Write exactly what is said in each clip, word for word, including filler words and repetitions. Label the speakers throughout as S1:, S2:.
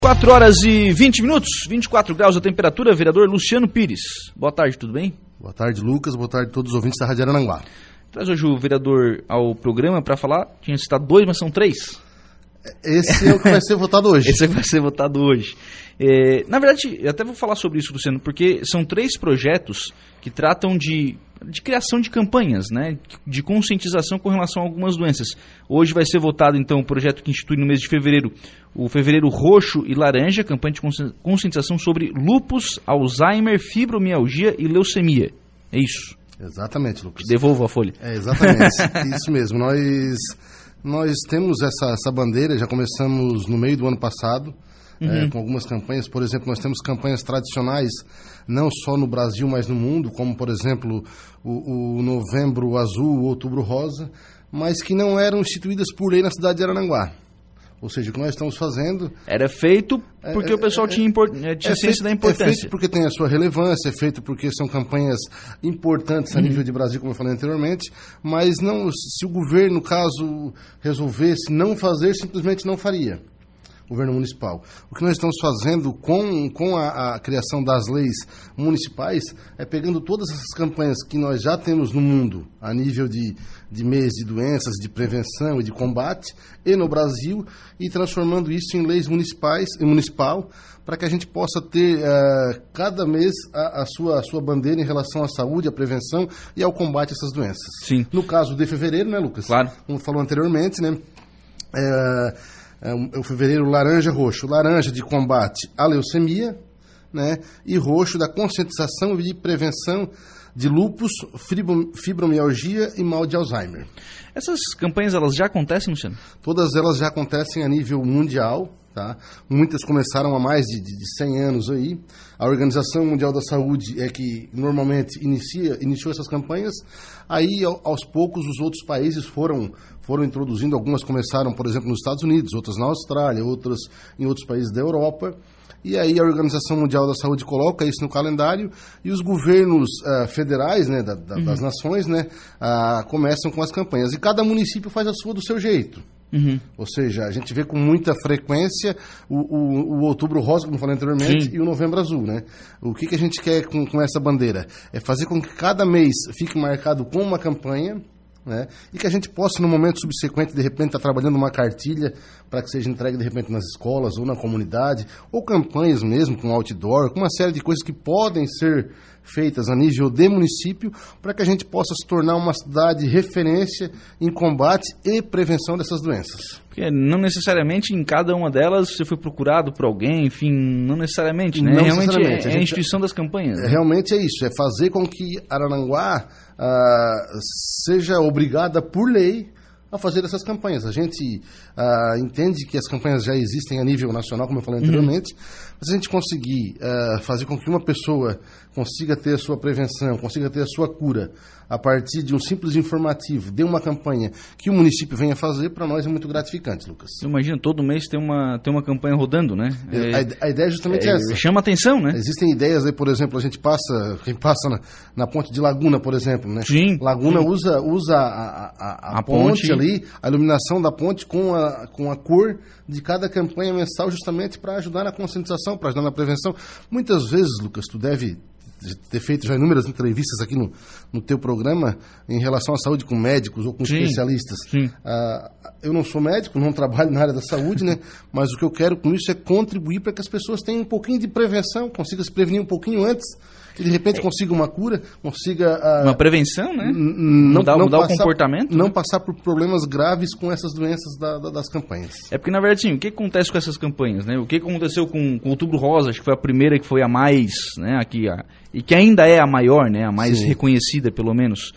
S1: quatro horas e vinte minutos, vinte e quatro graus a temperatura, vereador Luciano Pires. Boa tarde, tudo bem?
S2: Boa tarde, Lucas. Boa tarde a todos os ouvintes da Rádio Araranguá.
S1: Traz hoje o vereador ao programa para falar, tinha citado dois, mas são três.
S2: Esse é o que vai ser votado hoje.
S1: Esse é o que vai ser votado hoje. É, na verdade, eu até vou falar sobre isso, Luciano, porque são três projetos que tratam de, de criação de campanhas, né, de conscientização com relação a algumas doenças. Hoje vai ser votado, então, o projeto que institui no mês de fevereiro, o Fevereiro Roxo e Laranja, campanha de conscientização sobre lúpus, Alzheimer, fibromialgia e leucemia. É isso? Exatamente, Lucas. Devolvo a folha.
S2: É, exatamente. Isso mesmo. Nós... Nós temos essa, essa bandeira, já começamos no meio do ano passado, uhum. é, com algumas campanhas. Por exemplo, nós temos campanhas tradicionais, não só no Brasil, mas no mundo, como, por exemplo, o, o Novembro Azul, o Outubro Rosa, mas que não eram instituídas por lei na cidade de Araranguá. Ou seja, o que nós estamos fazendo...
S1: Era feito porque é, o pessoal é, tinha, import... tinha é ciência feito, da importância.
S2: É feito porque tem a sua relevância, é feito porque são campanhas importantes a uhum. nível de Brasil, como eu falei anteriormente, mas não, se o governo, no caso, resolvesse não fazer, simplesmente não faria. Governo municipal. O que nós estamos fazendo com, com a, a criação das leis municipais é pegando todas essas campanhas que nós já temos no mundo, a nível de, de mês de doenças, de prevenção e de combate, e no Brasil, e transformando isso em leis municipais, em municipal, para que a gente possa ter uh, cada mês a, a, sua, a sua bandeira em relação à saúde, à prevenção e ao combate a essas doenças.
S1: Sim.
S2: No caso de fevereiro, né, Lucas?
S1: Claro.
S2: Como falou anteriormente, né? É, É o fevereiro laranja roxo. Laranja de combate à leucemia, né? E roxo da conscientização e de prevenção de lúpus, fibromialgia e mal de Alzheimer.
S1: Essas campanhas, elas já acontecem, Luciano?
S2: Todas elas já acontecem a nível mundial, tá? Muitas começaram há mais de, de cem anos aí. A Organização Mundial da Saúde é que normalmente inicia, iniciou essas campanhas. Aí, aos poucos, os outros países foram, foram introduzindo. Algumas começaram, por exemplo, nos Estados Unidos, outras na Austrália, outras em outros países da Europa. E aí a Organização Mundial da Saúde coloca isso no calendário e os governos uh, federais, né, da, da, uhum. das nações, né, uh, começam com as campanhas. E cada município faz a sua do seu jeito. Uhum. Ou seja, a gente vê com muita frequência o, o, o Outubro Rosa, como eu falei anteriormente, Sim. e o Novembro Azul, né? O que, que a gente quer com, com essa bandeira? É fazer com que cada mês fique marcado com uma campanha, né? E que a gente possa, no momento subsequente, de repente, estar tá trabalhando uma cartilha para que seja entregue, de repente, nas escolas ou na comunidade, ou campanhas mesmo, com outdoor, com uma série de coisas que podem ser feitas a nível de município, para que a gente possa se tornar uma cidade referência em combate e prevenção dessas doenças.
S1: Porque não necessariamente em cada uma delas você foi procurado por alguém, enfim, não necessariamente, né?
S2: Não
S1: realmente
S2: necessariamente.
S1: É,
S2: a,
S1: é a instituição das campanhas.
S2: Né? Realmente é isso, é fazer com que Araranguá ah, seja obrigada por lei a fazer essas campanhas. A gente uh, entende que as campanhas já existem a nível nacional, como eu falei anteriormente, uhum. mas a gente conseguir uh, fazer com que uma pessoa consiga ter a sua prevenção, consiga ter a sua cura a partir de um simples informativo, de uma campanha que o município venha fazer, para nós é muito gratificante, Lucas.
S1: Imagina, todo mês tem uma, tem uma campanha rodando, né?
S2: É, a, a ideia é justamente
S1: é,
S2: essa.
S1: Chama atenção, né?
S2: Existem ideias aí, por exemplo, a gente passa, quem passa na, na ponte de Laguna, por exemplo, né?
S1: Sim.
S2: Laguna
S1: sim.
S2: usa, usa a, a, a,
S1: a
S2: ponte,
S1: ponte
S2: ali, a iluminação da ponte com a, com a cor de cada campanha mensal, justamente para ajudar na conscientização, para ajudar na prevenção. Muitas vezes, Lucas, tu deve ter feito já inúmeras entrevistas aqui no, no teu programa em relação à saúde com médicos ou com
S1: sim,
S2: especialistas.
S1: Sim.
S2: Ah, eu não sou médico, não trabalho na área da saúde, né? Mas o que eu quero com isso é contribuir para que as pessoas tenham um pouquinho de prevenção, consigam se prevenir um pouquinho antes e de repente é. consiga uma cura, consiga... Ah,
S1: uma prevenção, né?
S2: Não,
S1: mudar
S2: não
S1: mudar
S2: passar,
S1: o comportamento.
S2: Não
S1: né?
S2: passar por problemas graves com essas doenças da, da, das campanhas.
S1: É porque, na verdade, sim, o que acontece com essas campanhas, né? O que aconteceu com o Outubro Rosa, acho que foi a primeira que foi a mais, né, aqui, a, e que ainda é a maior, né, a mais sim. reconhecida, pelo menos.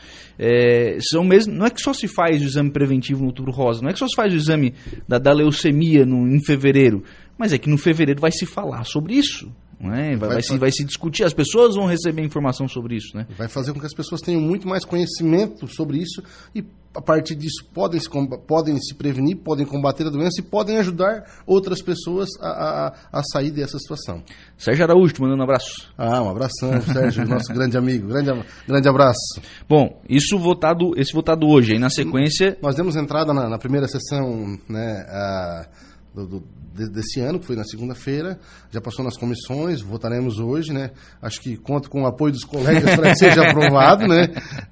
S1: É, são mesmo, não é que só se faz o exame preventivo no Outubro Rosa, não é que só se faz o exame da, da leucemia no, em fevereiro, mas é que no fevereiro vai se falar sobre isso. Não é? vai, vai, se, vai se discutir, as pessoas vão receber informação sobre isso, né?
S2: Vai fazer com que as pessoas tenham muito mais conhecimento sobre isso e a partir disso podem se, podem se prevenir, podem combater a doença e podem ajudar outras pessoas a, a, a sair dessa situação.
S1: Sérgio Araújo, te mandando um abraço.
S2: Ah, um abração, Sérgio, nosso grande amigo, grande, grande abraço.
S1: Bom, isso votado, esse votado hoje, aí na sequência...
S2: Nós demos entrada na, na primeira sessão, né, a, do, do, desse ano, que foi na segunda-feira, já passou nas comissões, votaremos hoje, né? Acho que conto com o apoio dos colegas para que seja aprovado, né?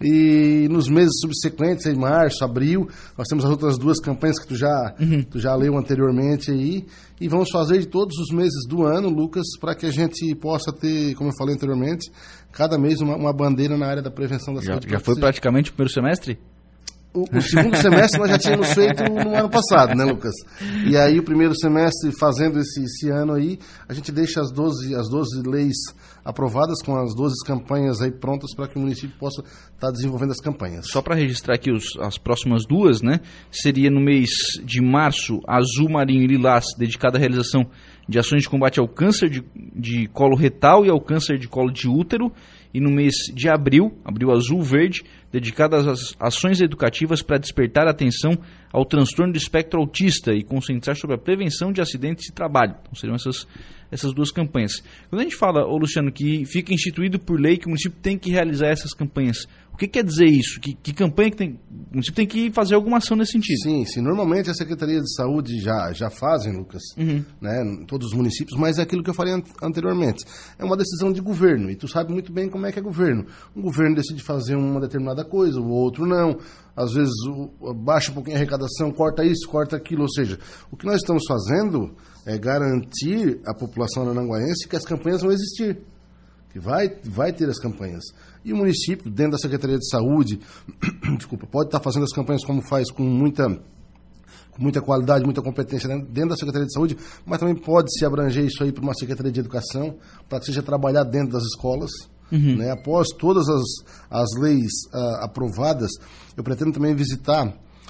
S2: E nos meses subsequentes, em março, abril, nós temos as outras duas campanhas que tu já, uhum. tu já leu anteriormente aí, e vamos fazer de todos os meses do ano, Lucas, para que a gente possa ter, como eu falei anteriormente, cada mês uma, uma bandeira na área da prevenção da
S1: já,
S2: saúde.
S1: Já foi praticamente o primeiro semestre?
S2: O, o segundo semestre nós já tínhamos feito no ano passado, né, Lucas? E aí o primeiro semestre, fazendo esse, esse ano aí, a gente deixa as doze, as doze leis aprovadas com as doze campanhas aí prontas para que o município possa estar tá desenvolvendo as campanhas.
S1: Só para registrar aqui os, as próximas duas, né? Seria no mês de março, Azul Marinho e Lilás, dedicada à realização de ações de combate ao câncer de, de colo retal e ao câncer de colo de útero. E no mês de abril, abril azul verde, dedicada às ações educativas para despertar a atenção ao transtorno do espectro autista e conscientizar sobre a prevenção de acidentes de trabalho. Então seriam essas, essas duas campanhas. Quando a gente fala, ô Luciano, que fica instituído por lei que o município tem que realizar essas campanhas, o que quer dizer isso? Que, que campanha que tem? O município tem que fazer alguma ação nesse sentido?
S2: Sim, sim. Normalmente a Secretaria de Saúde já, já fazem, Lucas, uhum. né, em todos os municípios, mas é aquilo que eu falei an- anteriormente. É uma decisão de governo, e tu sabe muito bem como é que é governo. Um governo decide fazer uma determinada coisa, o outro não. Às vezes o, baixa um pouquinho a arrecadação, corta isso, corta aquilo. Ou seja, o que nós estamos fazendo é garantir à população ananguaense que as campanhas vão existir. Que vai, vai ter as campanhas. E o município, dentro da Secretaria de Saúde, desculpa, pode estar fazendo as campanhas como faz, com muita, com muita qualidade, muita competência dentro da Secretaria de Saúde, mas também pode se abranger isso aí para uma Secretaria de Educação, para que seja trabalhar dentro das escolas. Uhum. Né? Após todas as, as leis uh, aprovadas, eu pretendo também visitar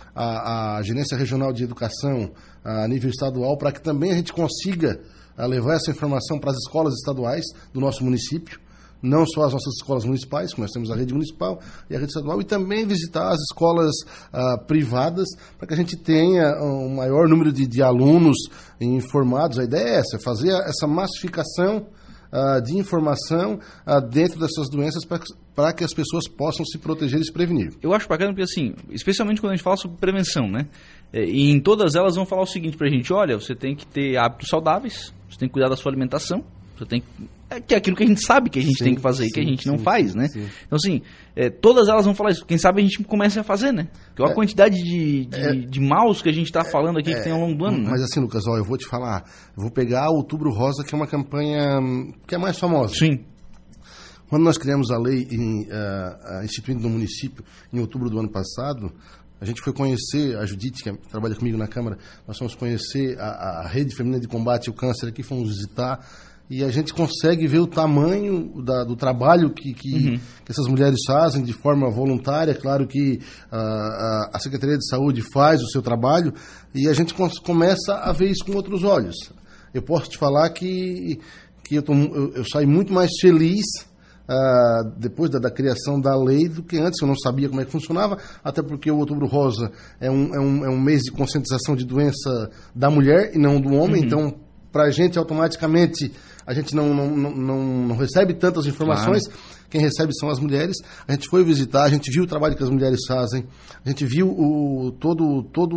S2: a, a Gerência Regional de Educação uh, a nível estadual, para que também a gente consiga a levar essa informação para as escolas estaduais do nosso município, não só as nossas escolas municipais, que nós temos a rede municipal e a rede estadual, e também visitar as escolas uh, privadas, para que a gente tenha um maior número de, de alunos informados. A ideia é essa, fazer essa massificação uh, de informação uh, dentro dessas doenças, para que as pessoas possam se proteger e se prevenir.
S1: Eu acho bacana porque, assim, especialmente quando a gente fala sobre prevenção, né? E em todas elas vão falar o seguinte pra gente: olha, você tem que ter hábitos saudáveis, você tem que cuidar da sua alimentação, você tem que... É, que é aquilo que a gente sabe que a gente sim, tem que fazer sim, e que a gente sim, não faz, né? Sim. Então, assim, é, todas elas vão falar isso. Quem sabe a gente comece a fazer, né? Porque olha a quantidade de, de, é, de maus que a gente está falando aqui é, que tem ao longo do ano.
S2: Mas
S1: né?
S2: assim, Lucas, ó, eu vou te falar. Eu vou pegar o Outubro Rosa, que é uma campanha que é mais famosa.
S1: Sim.
S2: Quando nós criamos a lei em, uh, uh, instituindo no município em outubro do ano passado, a gente foi conhecer, a Judite, que trabalha comigo na Câmara, nós fomos conhecer a, a Rede Feminina de Combate ao Câncer aqui, fomos visitar, e a gente consegue ver o tamanho da, do trabalho que, que, uhum. que essas mulheres fazem de forma voluntária. Claro que uh, a, a Secretaria de Saúde faz o seu trabalho, e a gente começa a ver isso com outros olhos. Eu posso te falar que, que eu, tô, eu, eu saí muito mais feliz Uh, depois da, da criação da lei do que antes. Eu não sabia como é que funcionava, até porque o Outubro Rosa é um, é um, é um mês de conscientização de doença da mulher e não do homem, uhum. Então para a gente automaticamente a gente não, não, não, não recebe tantas informações. Claro. Quem recebe são as mulheres. A gente foi visitar, a gente viu o trabalho que as mulheres fazem, a gente viu o, todo, todo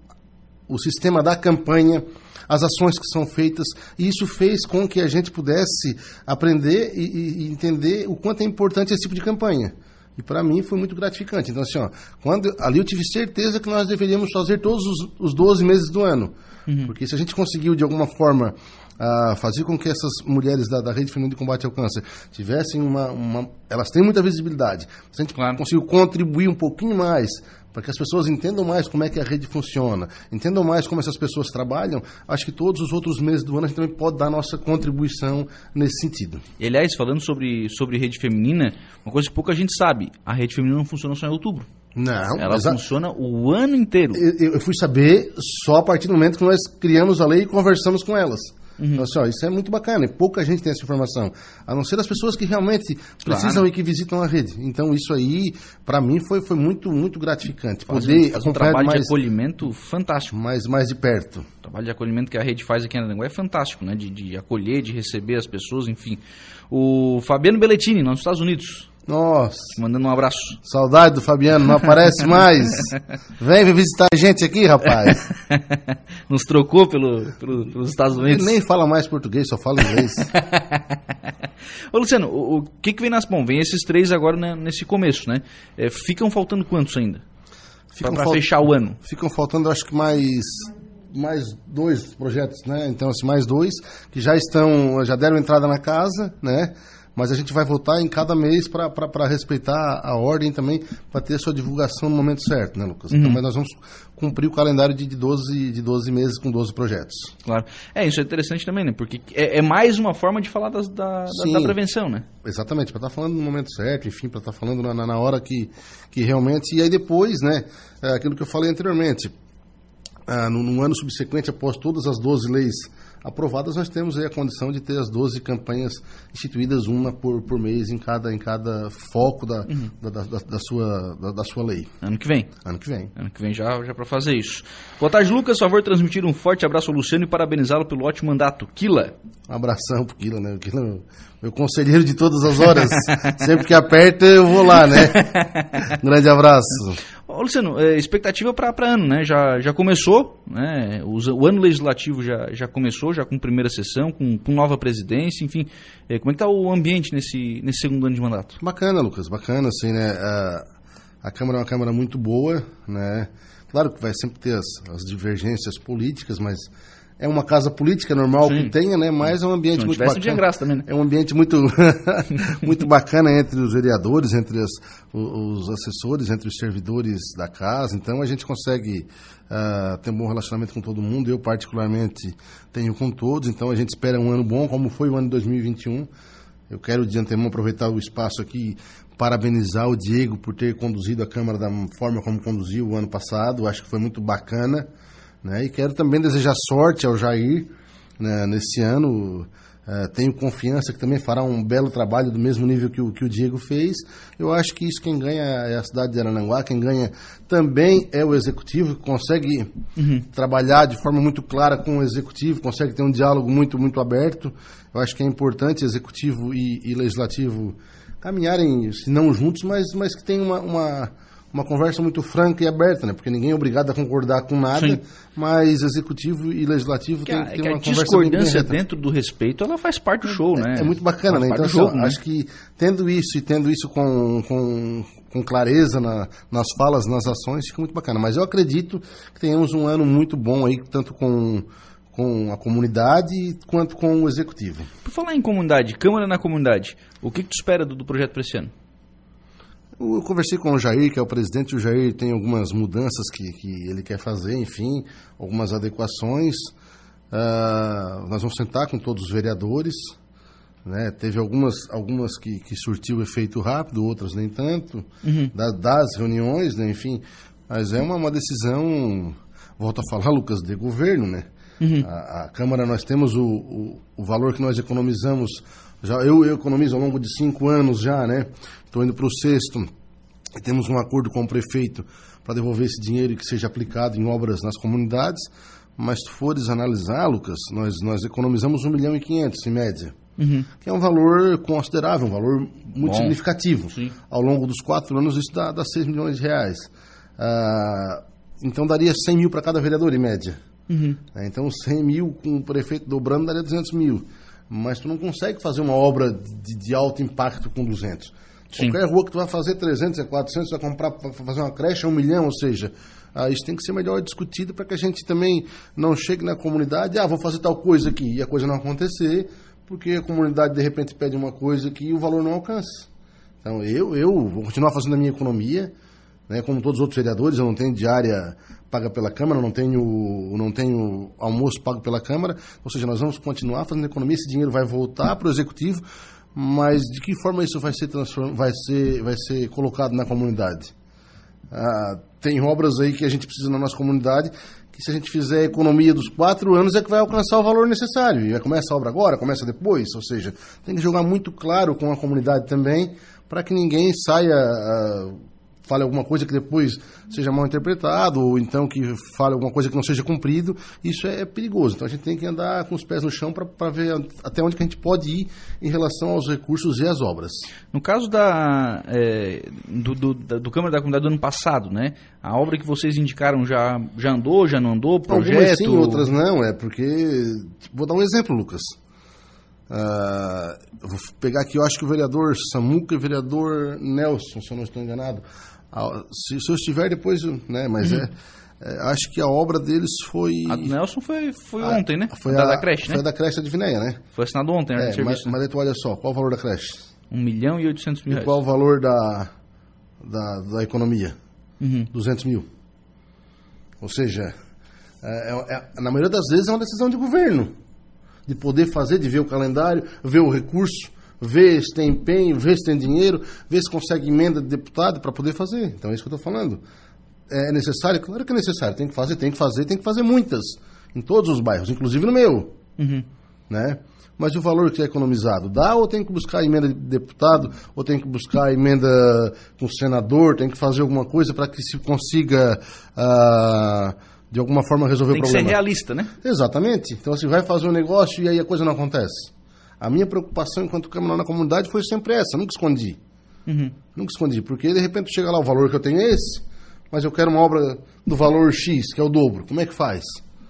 S2: o sistema da campanha, as ações que são feitas, e isso fez com que a gente pudesse aprender e, e entender o quanto é importante esse tipo de campanha. E para mim foi muito gratificante. Então, assim, ó, quando, ali eu tive certeza que nós deveríamos fazer todos os, os doze meses do ano. Uhum. Porque se a gente conseguiu, de alguma forma, uh, fazer com que essas mulheres da, da Rede Feminina de Combate ao Câncer tivessem uma, uma... Elas têm muita visibilidade. Se a gente claro. conseguiu contribuir um pouquinho mais para que as pessoas entendam mais como é que a rede funciona, entendam mais como essas pessoas trabalham, acho que todos os outros meses do ano a gente também pode dar a nossa contribuição nesse sentido.
S1: E, aliás, falando sobre, sobre rede feminina, uma coisa que pouca gente sabe, a rede feminina não funciona só em outubro.
S2: Não.
S1: Ela exa- funciona o ano inteiro.
S2: Eu, eu fui saber só a partir do momento que nós criamos a lei e conversamos com elas. Uhum. Então, assim, ó, isso é muito bacana, e pouca gente tem essa informação, a não ser as pessoas que realmente precisam claro. E que visitam a rede. Então isso aí, para mim, foi, foi muito, muito gratificante.
S1: Faz
S2: poder
S1: um, faz um trabalho mais, de acolhimento fantástico.
S2: Mais, mais de perto.
S1: O trabalho de acolhimento que a rede faz aqui em Araranguá é fantástico, né? De, de acolher, de receber as pessoas, enfim. O Fabiano Belletini, nos Estados Unidos.
S2: Nossa.
S1: Mandando um abraço.
S2: Saudade do Fabiano, não aparece mais. Vem visitar a gente aqui, rapaz.
S1: Nos trocou pelo, pelo, pelos Estados Unidos.
S2: Ele nem fala mais português, só fala inglês.
S1: Ô Luciano, o, o que que vem nas... Bom, vem esses três agora, né, nesse começo, né? É, ficam faltando quantos ainda? Para fal... fechar o ano.
S2: Ficam faltando, acho que mais... mais dois projetos, né? Então, assim, mais dois que já estão, já deram entrada na casa, né? Mas a gente vai voltar em cada mês para respeitar a ordem também, para ter a sua divulgação no momento certo, né, Lucas? Uhum. Então, mas nós vamos cumprir o calendário de, de, doze, de doze meses com doze projetos.
S1: Claro. É, isso é interessante também, né? Porque é, é mais uma forma de falar das, da, da, da prevenção, né?
S2: Exatamente, para estar tá falando no momento certo, enfim, para estar tá falando na, na hora que, que realmente... E aí depois, né, é aquilo que eu falei anteriormente, ah, no, no ano subsequente, após todas as doze leis aprovadas, nós temos aí a condição de ter as doze campanhas instituídas, uma por, por mês em cada, em cada foco da, uhum. da, da, da, sua, da, da sua lei.
S1: Ano que vem.
S2: Ano que vem.
S1: Ano que vem já, já para fazer isso. Boa tarde, Lucas. Por favor, transmitir um forte abraço ao Luciano e parabenizá-lo pelo ótimo mandato. Quila.
S2: Um abração pro Quila, né? O Quila é meu, meu conselheiro de todas as horas. Sempre que aperta, eu vou lá, né? Um grande abraço.
S1: Ô, Luciano, é, expectativa para ano, né? Já, já começou, né? O, o ano legislativo já, já começou, já com primeira sessão, com, com nova presidência, enfim. É, como é que está o ambiente nesse, nesse segundo ano de mandato?
S2: Bacana, Lucas, bacana, assim, né? A, a Câmara é uma Câmara muito boa, né? Claro que vai sempre ter as, as divergências políticas, mas é uma casa política normal Sim. que tenha, né? Mas é um ambiente muito bacana.
S1: Um graça também, né?
S2: É um ambiente muito, muito bacana entre os vereadores, entre as, os assessores, entre os servidores da casa. Então a gente consegue uh, ter um bom relacionamento com todo mundo. Eu particularmente tenho com todos. Então a gente espera um ano bom, como foi o ano de dois mil e vinte e um. Eu quero de antemão aproveitar o espaço aqui, parabenizar o Diego por ter conduzido a Câmara da forma como conduziu o ano passado. Acho que foi muito bacana. Né? E quero também desejar sorte ao Jair, né, nesse ano. Uh, tenho confiança que também fará um belo trabalho do mesmo nível que o, que o Diego fez. Eu acho que isso quem ganha é a cidade de Araranguá, quem ganha também é o Executivo, que consegue uhum. trabalhar de forma muito clara com o Executivo, consegue ter um diálogo muito, muito aberto. Eu acho que é importante Executivo e, e Legislativo caminharem, se não juntos, mas, mas que tenham uma... uma uma conversa muito franca e aberta, né? Porque ninguém é obrigado a concordar com nada, Sim. mas executivo e legislativo
S1: que
S2: tem
S1: que
S2: ter
S1: que
S2: uma
S1: a
S2: conversa
S1: discordância dentro do respeito, ela faz parte do show,
S2: é,
S1: né?
S2: É muito bacana,
S1: faz
S2: né? Então,
S1: do jogo,
S2: assim,
S1: né?
S2: acho que tendo isso e tendo isso com, com, com clareza na, nas falas, nas ações, fica muito bacana. Mas eu acredito que tenhamos um ano muito bom aí, tanto com... com a comunidade quanto com o executivo.
S1: Por falar em comunidade, Câmara na comunidade, o que, que tu espera do, do projeto para esse ano?
S2: Eu conversei com o Jair, que é o presidente, o Jair tem algumas mudanças que, que ele quer fazer, enfim, algumas adequações. Uh, nós vamos sentar com todos os vereadores, né? Teve algumas, algumas que, que surtiu efeito rápido, outras nem tanto, uhum. da, das reuniões, né? Enfim, mas é uma, uma decisão, volto a falar, Lucas, de governo, né? Uhum. A, a Câmara, nós temos o, o, o valor que nós economizamos, já, eu, eu economizo ao longo de cinco anos já, né? Estou indo para o sexto e temos um acordo com o prefeito para devolver esse dinheiro e que seja aplicado em obras nas comunidades, mas se tu fores analisar, Lucas, nós, nós economizamos um milhão e quinhentos em média, uhum. que é um valor considerável, um valor muito Bom, significativo. Sim. Ao longo dos quatro anos isso dá, dá seis milhões de reais. Ah, então daria cem mil para cada vereador em média. Uhum. Então cem mil com o prefeito dobrando daria duzentos mil. Mas tu não consegue fazer uma obra de, de alto impacto com duzentos. Sim. Qualquer rua que tu vai fazer trezentos, quatrocentos, vai comprar para fazer uma creche é um milhão, ou seja, ah, isso tem que ser melhor discutido para que a gente também não chegue na comunidade, ah, vou fazer tal coisa aqui, e a coisa não acontecer, porque a comunidade de repente pede uma coisa que o valor não alcança. Então eu, eu vou continuar fazendo a minha economia, né, como todos os outros vereadores, eu não tenho diária paga pela Câmara, não tenho, não tenho almoço pago pela Câmara, ou seja, nós vamos continuar fazendo economia, esse dinheiro vai voltar para o Executivo, mas de que forma isso vai ser, transform... vai ser, vai ser colocado na comunidade? Ah, tem obras aí que a gente precisa na nossa comunidade, que se a gente fizer a economia dos quatro anos é que vai alcançar o valor necessário. E começa a obra agora, começa depois, ou seja, tem que jogar muito claro com a comunidade também, para que ninguém saia ah, fale alguma coisa que depois seja mal interpretado, ou então que fale alguma coisa que não seja cumprido, isso é perigoso. Então a gente tem que andar com os pés no chão para ver até onde que a gente pode ir em relação aos recursos e às obras.
S1: No caso da, é, do, do, do Câmara da Comunidade do ano passado, né? A obra que vocês indicaram já, já andou, já não andou? Projeto?
S2: Algumas sim, outras não, é porque... Vou dar um exemplo, Lucas. Uh, vou pegar aqui, eu acho que o vereador Samuca e o vereador Nelson, se eu não estou enganado. Se, se eu estiver depois, né, mas uhum. é, é, acho que a obra deles foi...
S1: A do Nelson foi, foi a, ontem, né?
S2: Foi
S1: da,
S2: a,
S1: da creche,
S2: foi
S1: né?
S2: a da creche da Divinéia, né?
S1: Foi assinado ontem, né?
S2: É, mas, mas aí tu olha só, qual o valor da creche?
S1: Um milhão e oitocentos mil
S2: e
S1: reais.
S2: qual o valor da, da, da economia?
S1: Uhum.
S2: duzentos mil. Ou seja, é, é, na maioria das vezes é uma decisão de governo, de poder fazer, de ver o calendário, ver o recurso, ver se tem empenho, ver se tem dinheiro, ver se consegue emenda de deputado para poder fazer. Então é isso que eu estou falando. É necessário? Claro que é necessário. Tem que fazer, tem que fazer, tem que fazer muitas. Em todos os bairros, inclusive no meu.
S1: Uhum.
S2: Né? Mas o valor que é economizado, dá ou tem que buscar emenda de deputado, ou tem que buscar emenda com o senador, tem que fazer alguma coisa para que se consiga, ah, de alguma forma, resolver
S1: tem
S2: o problema?
S1: Tem que ser realista, né?
S2: Exatamente. Então, você vai fazer um negócio e aí a coisa não acontece. A minha preocupação enquanto Câmara na comunidade foi sempre essa, nunca escondi.
S1: Uhum.
S2: Nunca escondi, porque de repente chega lá, o valor que eu tenho é esse, mas eu quero uma obra do valor X, que é o dobro. Como é que faz?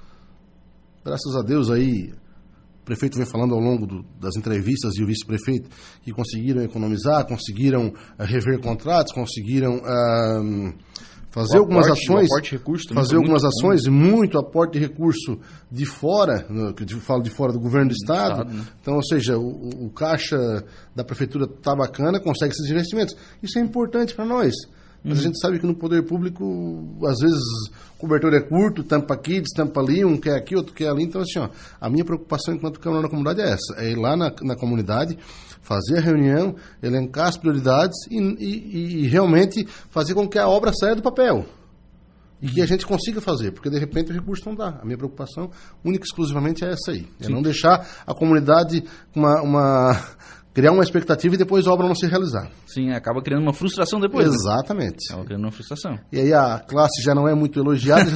S2: Graças a Deus aí, o prefeito vem falando ao longo do, das entrevistas e o vice-prefeito que conseguiram economizar, conseguiram uh, rever contratos, conseguiram uh, fazer
S1: o
S2: algumas
S1: aporte,
S2: ações,
S1: o aporte de recurso
S2: fazer algumas ações e muito aporte de recurso de fora, no, que eu falo de fora do governo do estado. estado né? Então, ou seja, o, o caixa da prefeitura está bacana, consegue esses investimentos. Isso é importante para nós. Mas uhum. a gente sabe que no poder público, às vezes, o cobertor é curto, tampa aqui, destampa ali, um quer aqui, outro quer ali. Então, assim, ó, a minha preocupação enquanto Câmara na comunidade é essa. É ir lá na, na comunidade, fazer a reunião, elencar as prioridades e, e, e realmente fazer com que a obra saia do papel. E que a gente consiga fazer, porque de repente o recurso não dá. A minha preocupação única e exclusivamente é essa aí. É Sim. não deixar a comunidade uma... uma criar uma expectativa e depois a obra não se realizar.
S1: Sim, acaba criando uma frustração depois.
S2: Exatamente.
S1: Né? Acaba criando uma frustração.
S2: E aí a classe já não é muito elogiada.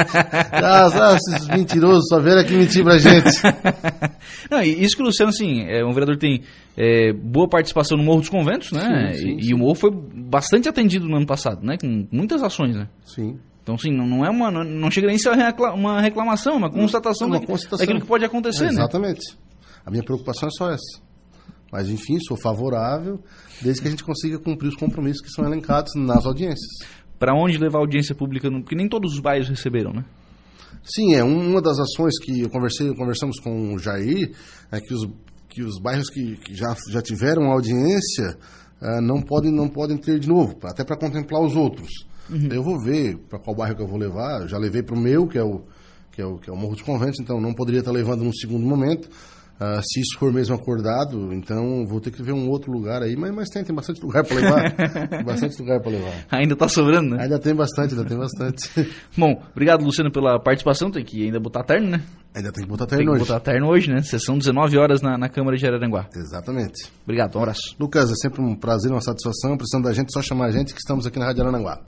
S2: ah, esses mentirosos só vieram aqui mentir pra gente.
S1: Não, e isso que o Luciano, assim, é um vereador que tem é, boa participação no Morro dos Conventos, né? Sim, sim, e, sim. e o Morro foi bastante atendido no ano passado, né? Com muitas ações, né?
S2: Sim.
S1: Então, sim, não, não é uma, não, não chega nem a ser uma reclamação, uma constatação,
S2: uma
S1: da,
S2: constatação.
S1: daquilo que pode acontecer,
S2: é,
S1: né?
S2: Exatamente. A minha preocupação é só essa. Mas, enfim, sou favorável, desde que a gente consiga cumprir os compromissos que são elencados nas audiências.
S1: Para onde levar a audiência pública? Porque nem todos os bairros receberam, né?
S2: Sim, é uma das ações que eu conversei, conversamos com o Jair, é que os, que os bairros que, que já, já tiveram audiência uh, não, podem, não podem ter de novo, até para contemplar os outros. Uhum. Eu vou ver para qual bairro que eu vou levar, eu já levei para o meu, que é o, que, é o, que é o Morro dos Conventos, então não poderia estar levando num segundo momento. Uh, se isso for mesmo acordado, então vou ter que ver um outro lugar aí, mas, mas tem, tem bastante lugar para levar. Tem bastante lugar para levar.
S1: Ainda está sobrando, né?
S2: Ainda tem bastante, ainda tem bastante.
S1: Bom, obrigado, Luciano, pela participação. Tem que ainda botar terno, né?
S2: Ainda tem que botar terno
S1: hoje. Tem que
S2: hoje.
S1: botar terno hoje, né? Sessão dezenove horas na, na Câmara de Araranguá.
S2: Exatamente.
S1: Obrigado, um abraço.
S2: Lucas, é sempre um prazer, uma satisfação. Precisando da gente, só chamar a gente que estamos aqui na Rádio Araranguá.